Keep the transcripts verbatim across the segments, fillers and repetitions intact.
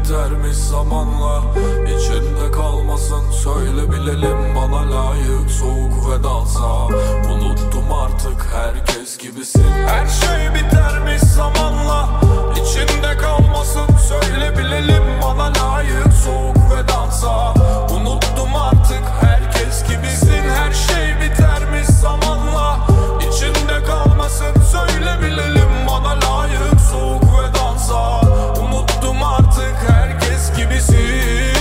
bitermiş zamanla, içinde kalmasın. Söyle bilelim, bana layık soğuk vedasa. Unuttum artık herkes gibisin. Her şey bitermiş zamanla, içinde kalmasın. Söyle bilelim, bana layık soğuk vedasa. Unuttum artık herkes gibisin. Her şey bitermiş zamanla, içinde kalmasın. Söyle bilelim, bana layık soğuk vedasa. Unuttum artık herkes gibisin.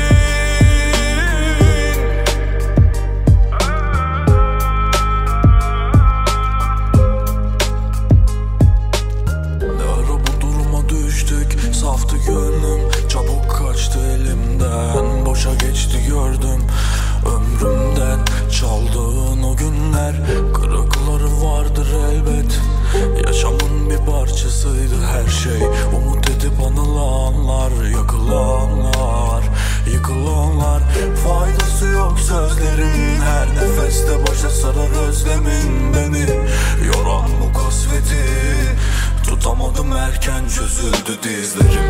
Ne ara bu duruma düştük, saftı gönlüm, çabuk kaçtı elimden. Boşa geçti gördüm ömrümden, çaldığın o günler. Kırıkları vardır elbet, yaşamın bir parçasıydı her şey. Umut edip anılanlar, yakılanlar, yıkılanlar. Faydası yok sözlerin, her nefeste başa sarar özlemin beni. Yoran bu kasveti tutamadım, erken çözüldü dizlerim.